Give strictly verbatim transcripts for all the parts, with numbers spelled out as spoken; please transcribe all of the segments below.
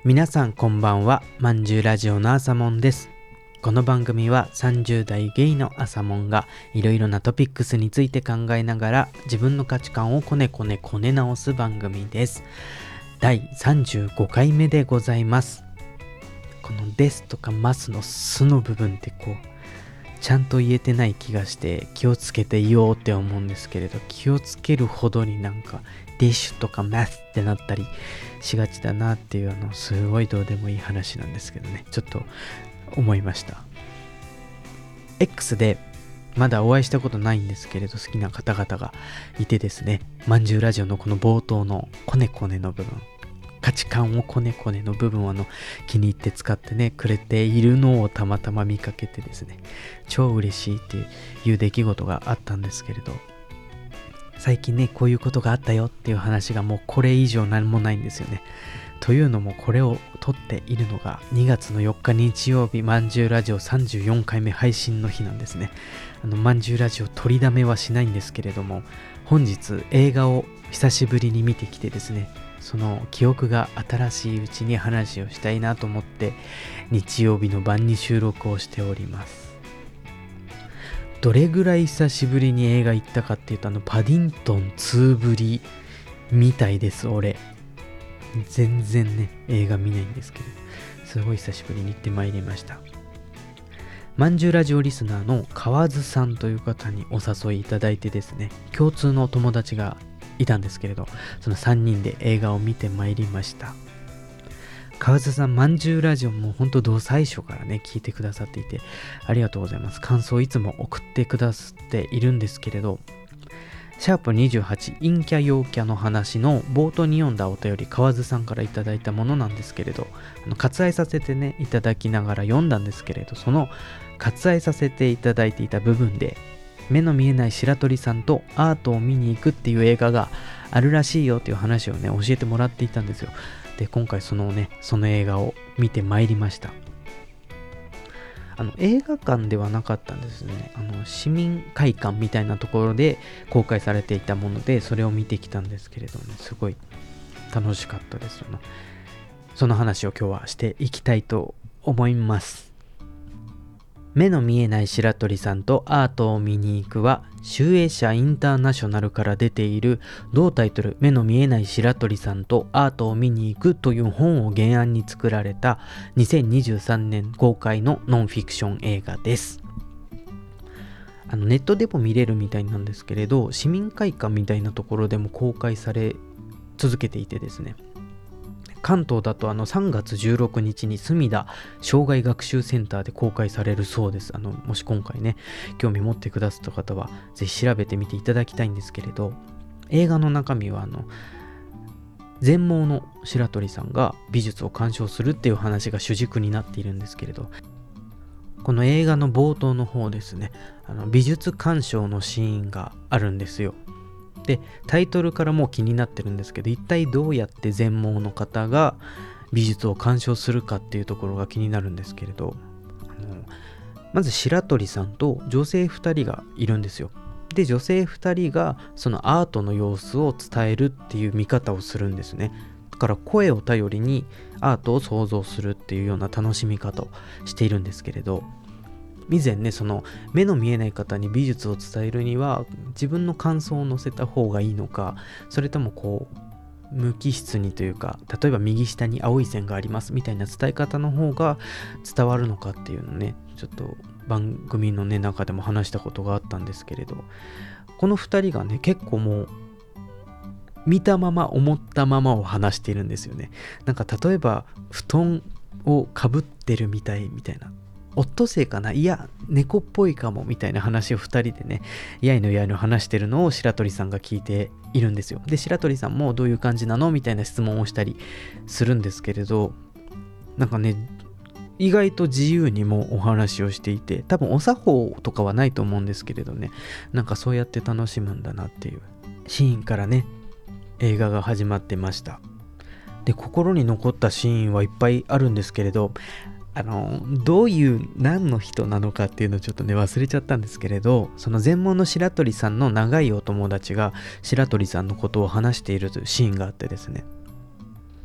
皆さんこんばんは。まんじゅうラジオのあさもんです。この番組はさんじゅう代ゲイのあさもんがいろいろなトピックスについて考えながら自分の価値観をこねこねこね直す番組です。だいさんじゅうごかいめでございます。このですとかますのすの部分ってこうちゃんと言えてない気がして気をつけて言おうって思うんですけれど、気をつけるほどになんかディッシュとかマスってなったりしがちだなっていう、あのすごいどうでもいい話なんですけどね、ちょっと思いました。 X でまだお会いしたことないんですけれど好きな方々がいてですね、まんじゅうラジオのこの冒頭のコネコネの部分、価値観をコネコネの部分をあの気に入って使ってねくれているのをたまたま見かけてですね、超嬉しいっていう出来事があったんですけれど、最近ねこういうことがあったよっていう話がもうこれ以上何もないんですよね。というのもこれを撮っているのがにがつのよっか日曜日、まんじゅうラジオさんじゅうよんかいめ配信の日なんですね。あのまんじゅうラジオ取りだめはしないんですけれども、本日映画を久しぶりに見てきてですね、その記憶が新しいうちに話をしたいなと思って日曜日の晩に収録をしております。どれぐらい久しぶりに映画行ったかっていうと、あのパディントンツーぶりみたいです。俺全然ね映画見ないんですけど、すごい久しぶりに行ってまいりました。まんじゅうラジオリスナーの河津さんという方にお誘いいただいてですね、共通の友達がいたんですけれど、そのさんにんで映画を見てまいりました。河津さん、まんじゅうラジオも本当ど最初からね聞いてくださっていてありがとうございます。感想いつも送ってくださっているんですけれど、シャープにじゅうはち陰キャ陽キャの話の冒頭に読んだお便り、河津さんからいただいたものなんですけれど、あの割愛させてねいただきながら読んだんですけれど、その割愛させていただいていた部分で目の見えない白鳥さんとアートを見に行くっていう映画があるらしいよっていう話をね教えてもらっていたんですよ。で今回そのねその映画を見てまいりました。あの映画館ではなかったんですね。あの市民会館みたいなところで公開されていたもので、それを見てきたんですけれども、ね、すごい楽しかったですよね。その話を今日はしていきたいと思います。目の見えない白鳥さんとアートを見に行くは、集英社インターナショナルから出ている同タイトル目の見えない白鳥さんとアートを見に行くという本を原案に作られたにせんにじゅうさんねん公開のノンフィクション映画です。あのネットでも見れるみたいなんですけれど、市民会館みたいなところでも公開され続けていてですね、関東だとあのさんがつじゅうろくにちに墨田障害学習センターで公開されるそうです。あのもし今回ね興味持ってくださった方はぜひ調べてみていただきたいんですけれど、映画の中身はあの全盲の白鳥さんが美術を鑑賞するっていう話が主軸になっているんですけれど、この映画の冒頭の方ですね、あの美術鑑賞のシーンがあるんですよ。でタイトルからもう気になってるんですけど、一体どうやって全盲の方が美術を鑑賞するかっていうところが気になるんですけれど、あのまず白鳥さんと女性ふたりがいるんですよ。で女性ふたりがそのアートの様子を伝えるっていう見方をするんですね。だから声を頼りにアートを想像するっていうような楽しみ方をしているんですけれど、以前ねその目の見えない方に美術を伝えるには自分の感想を載せた方がいいのか、それともこう無機質にというか、例えば右下に青い線がありますみたいな伝え方の方が伝わるのかっていうのね、ちょっと番組のね中でも話したことがあったんですけれど、このふたりがね結構もう見たまま思ったままを話しているんですよね。なんか例えば布団をかぶってるみたいみたいな、オットセイかな、いや猫っぽいかもみたいな話をふたりでねやいのやいの話してるのを白鳥さんが聞いているんですよ。で白鳥さんもどういう感じなのみたいな質問をしたりするんですけれど、なんかね意外と自由にもお話をしていて、多分お作法とかはないと思うんですけれどね、なんかそうやって楽しむんだなっていうシーンからね映画が始まってました。で心に残ったシーンはいっぱいあるんですけれど、あのどういう何の人なのかっていうのをちょっとね忘れちゃったんですけれど、その全盲の白鳥さんの長いお友達が白鳥さんのことを話しているというシーンがあってですね、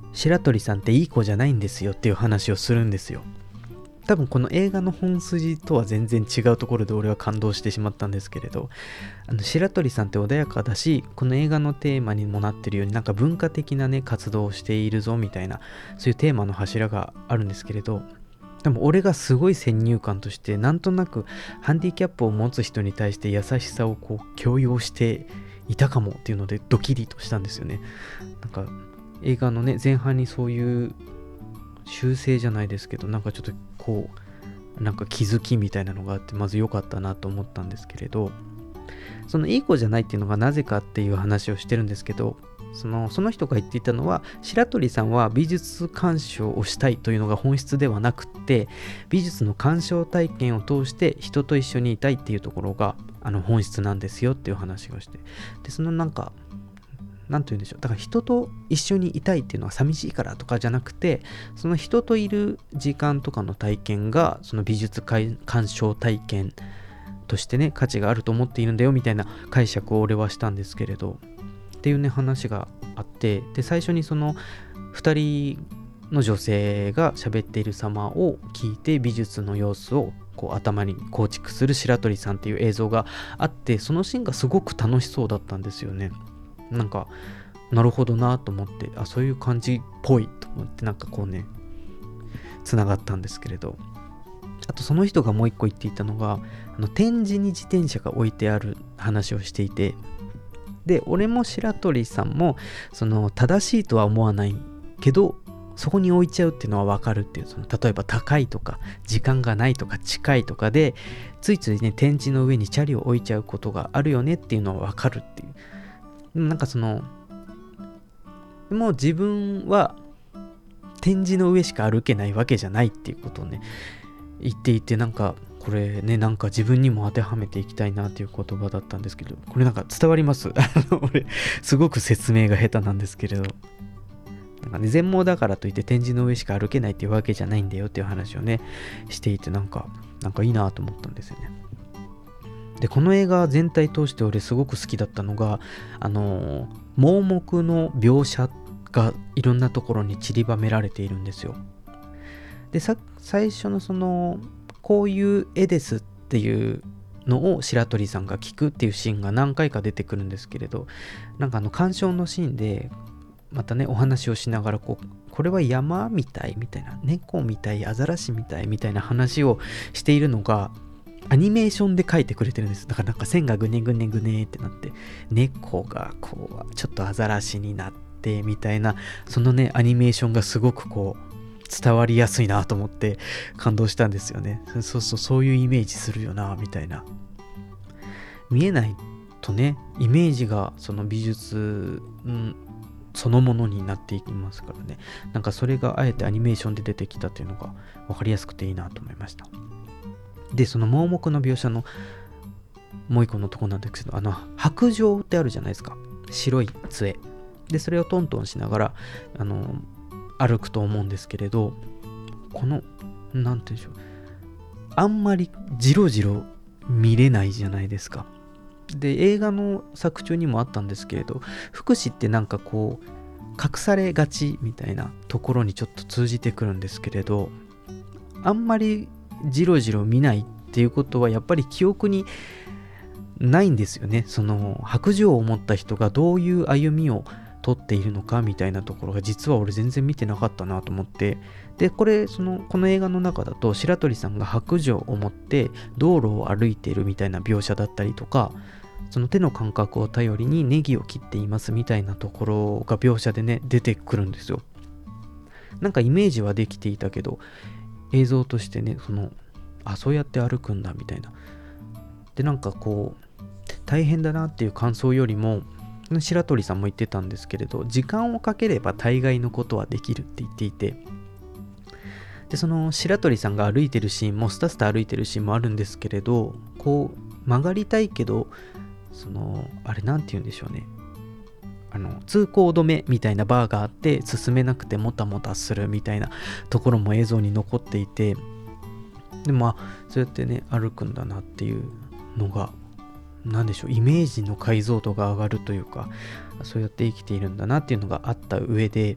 白鳥さんっていい子じゃないんですよっていう話をするんですよ。多分この映画の本筋とは全然違うところで俺は感動してしまったんですけれど、あの白鳥さんって穏やかだし、この映画のテーマにもなってるようになんか文化的なね活動をしているぞみたいな、そういうテーマの柱があるんですけれど、でも俺がすごい先入観としてなんとなくハンディキャップを持つ人に対して優しさをこう強要していたかもっていうのでドキリとしたんですよね。なんか映画のね前半にそういう修正じゃないですけど、なんかちょっとこうなんか気づきみたいなのがあって、まず良かったなと思ったんですけれど、そのいい子じゃないっていうのがなぜかっていう話をしてるんですけど、そのその人が言っていたのは、白鳥さんは美術鑑賞をしたいというのが本質ではなくって、美術の鑑賞体験を通して人と一緒にいたいっていうところがあの本質なんですよっていう話をして、でそのなんかなんて言うんでしょう、だから人と一緒にいたいっていうのは寂しいからとかじゃなくて、その人といる時間とかの体験がその美術鑑賞体験としてね価値があると思っているんだよみたいな解釈を俺はしたんですけれど、っていうね話があって、で最初にそのふたりの女性が喋っている様を聞いて美術の様子をこう頭に構築する白鳥さんっていう映像があって、そのシーンがすごく楽しそうだったんですよね。なんかなるほどなと思って、あそういう感じっぽいと思って、なんかこうねつながったんですけれど、あとその人がもう一個言っていたのが、あの展示に自転車が置いてある話をしていて、で俺も白鳥さんもその正しいとは思わないけどそこに置いちゃうっていうのは分かるっていう、その例えば高いとか時間がないとか近いとかでついついね展示の上にチャリを置いちゃうことがあるよねっていうのは分かるっていう。でもなんかそのもう自分は展示の上しか歩けないわけじゃないっていうことをね言っていて、なんかこれねなんか自分にも当てはめていきたいなっていう言葉だったんですけど、これなんか伝わります俺すごく説明が下手なんですけれど、なんかね全盲だからといって展示の上しか歩けないっていうわけじゃないんだよっていう話をねしていて、なんかなんかいいなと思ったんですよね。でこの映画全体通して俺すごく好きだったのが、あのー、盲目の描写がいろんなところに散りばめられているんですよ。でさ最初のそのこういう絵ですっていうのを白鳥さんが聞くっていうシーンが何回か出てくるんですけれど、なんかあの鑑賞のシーンでまたねお話をしながらこうこれは山みたいみたいな、猫みたい、アザラシみたいみたいな話をしているのがアニメーションで描いてくれてるんです。だからなんか線がぐねぐねぐねってなって、猫がこうちょっとアザラシになってみたいな、そのねアニメーションがすごくこう伝わりやすいなと思って感動したんですよね。そうそう、そういうイメージするよなみたいな。見えないとねイメージがその美術、うん、そのものになっていきますからね。なんかそれがあえてアニメーションで出てきたっていうのが分かりやすくていいなと思いました。でその盲目の描写のもう一個のとこなんですけど、あの白杖ってあるじゃないですか、白い杖で、それをトントンしながらあの歩くと思うんですけれど、このなんていうんでしょう、あんまりジロジロ見れないじゃないですか。で映画の作中にもあったんですけれど、福祉ってなんかこう隠されがちみたいなところにちょっと通じてくるんですけれど、あんまりジロジロ見ないっていうことはやっぱり記憶にないんですよね。その白杖を持った人がどういう歩みを取っているのかみたいなところが実は俺全然見てなかったなと思って、でこれそのこの映画の中だと白鳥さんが白杖を持って道路を歩いているみたいな描写だったりとか、その手の感覚を頼りにネギを切っていますみたいなところが描写でね出てくるんですよ。なんかイメージはできていたけど映像としてね、そのあそうやって歩くんだみたいな、でなんかこう大変だなっていう感想よりも、白鳥さんも言ってたんですけれど、時間をかければ大概のことはできるって言っていて、でその白鳥さんが歩いてるシーンもスタスタ歩いてるシーンもあるんですけれど、こう曲がりたいけどそのあれなんて言うんでしょうね、あの通行止めみたいなバーがあって進めなくてもたもたするみたいなところも映像に残っていて、でまあそうやってね歩くんだなっていうのがなんでしょう、イメージの解像度が上がるというか、そうやって生きているんだなっていうのがあった上で、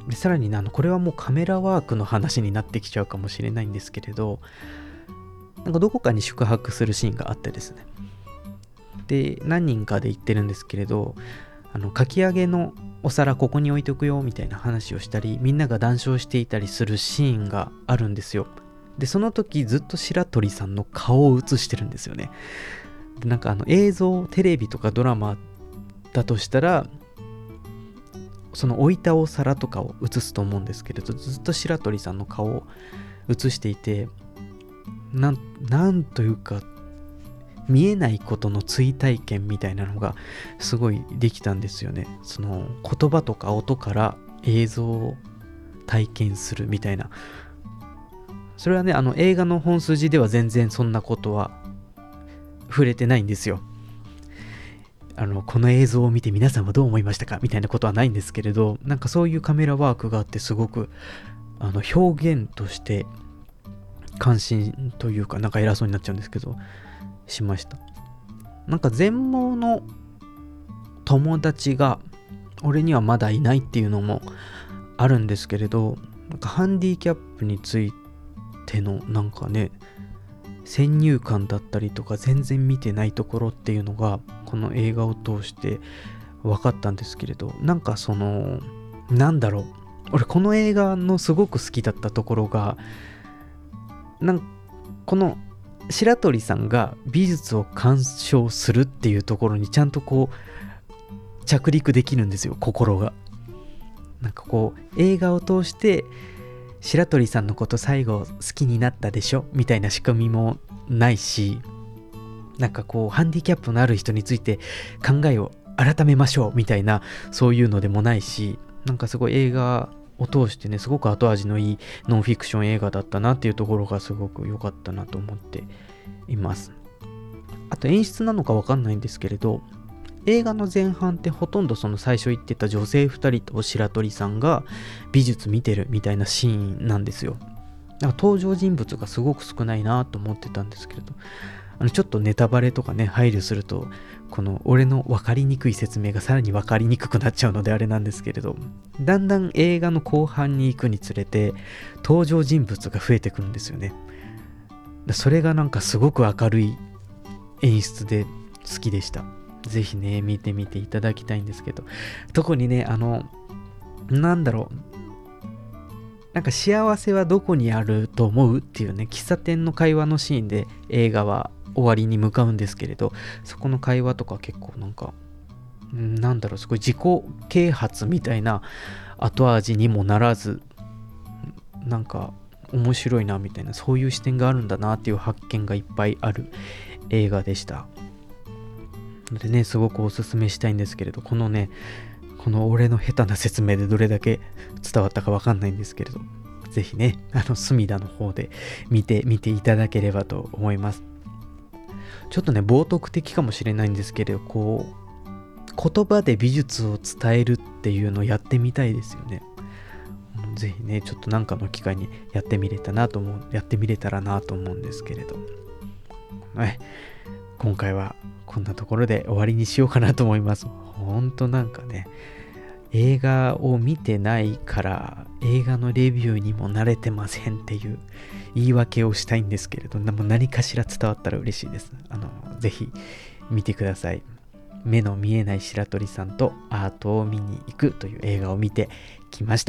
でさらにね、あのこれはもうカメラワークの話になってきちゃうかもしれないんですけれど、なんかどこかに宿泊するシーンがあってですね、で何人かで行ってるんですけれど、あのかき揚げのお皿ここに置いとくよみたいな話をしたり、みんなが談笑していたりするシーンがあるんですよ。でその時ずっと白鳥さんの顔を映してるんですよね。でなんかあの映像、テレビとかドラマだとしたらその置いたお皿とかを映すと思うんですけれど、ずっと白鳥さんの顔を映していて、なん、なんというか見えないことの追体験みたいなのがすごいできたんですよね。その言葉とか音から映像を体験するみたいな。それはね、あの映画の本筋では全然そんなことは触れてないんですよ。あのこの映像を見て皆さんはどう思いましたかみたいなことはないんですけれど、なんかそういうカメラワークがあって、すごくあの表現として関心というか、なんか偉そうになっちゃうんですけどしました。なんか全盲の友達が俺にはまだいないっていうのもあるんですけれど、なんかハンディキャップについてのなんかね、先入観だったりとか全然見てないところっていうのがこの映画を通して分かったんですけれど、なんかそのなんだろう、俺この映画のすごく好きだったところが、なんこの白鳥さんが美術を鑑賞するっていうところにちゃんとこう着陸できるんですよ、心が。なんかこう映画を通して白鳥さんのこと最後好きになったでしょみたいな仕組みもないし、なんかこうハンディキャップのある人について考えを改めましょうみたいな、そういうのでもないし、なんかすごい映画を通してね、すごく後味のいいノンフィクション映画だったなっていうところがすごく良かったなと思っています。あと演出なのかわかんないんですけれど、映画の前半ってほとんどその最初言ってた女性ふたりと白鳥さんが美術見てるみたいなシーンなんですよ。なんか登場人物がすごく少ないなと思ってたんですけれど、あのちょっとネタバレとかね配慮すると、この俺の分かりにくい説明がさらに分かりにくくなっちゃうのであれなんですけれど、だんだん映画の後半に行くにつれて登場人物が増えてくるんですよね。それがなんかすごく明るい演出で好きでした。ぜひね見てみていただきたいんですけど、特にねあのなんだろう、なんか幸せはどこにあると思うっていうね、喫茶店の会話のシーンで映画は終わりに向かうんですけれど、そこの会話とか結構なんかなんだろう、すごい自己啓発みたいな後味にもならず、なんか面白いなみたいな、そういう視点があるんだなっていう発見がいっぱいある映画でした。でね、すごくおすすめしたいんですけれど、このねこの俺の下手な説明でどれだけ伝わったかわかんないんですけれど、ぜひねあの隅田の方で見て見ていただければと思います。ちょっとね冒涜的かもしれないんですけれど、こう言葉で美術を伝えるっていうのをやってみたいですよね。ぜひねちょっとなんかの機会にやってみれたなと思うやってみれたらなと思うんですけれど、はい今回はこんなところで終わりにしようかなと思います。ほんとなんかね、映画を見てないから映画のレビューにも慣れてませんっていう言い訳をしたいんですけれど、何かしら伝わったら嬉しいです。あのぜひ見てください。目の見えない白鳥さんとアートを見に行くという映画を見てきました。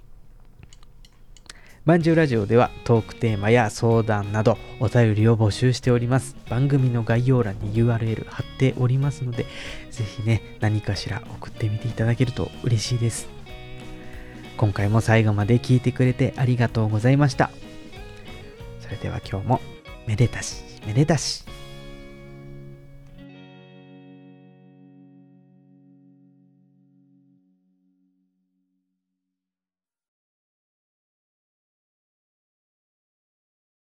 まんじゅうラジオではトークテーマや相談などお便りを募集しております。番組の概要欄に ユーアールエル 貼っておりますので、ぜひね何かしら送ってみていただけると嬉しいです。今回も最後まで聞いてくれてありがとうございました。それでは今日もめでたしめでたし。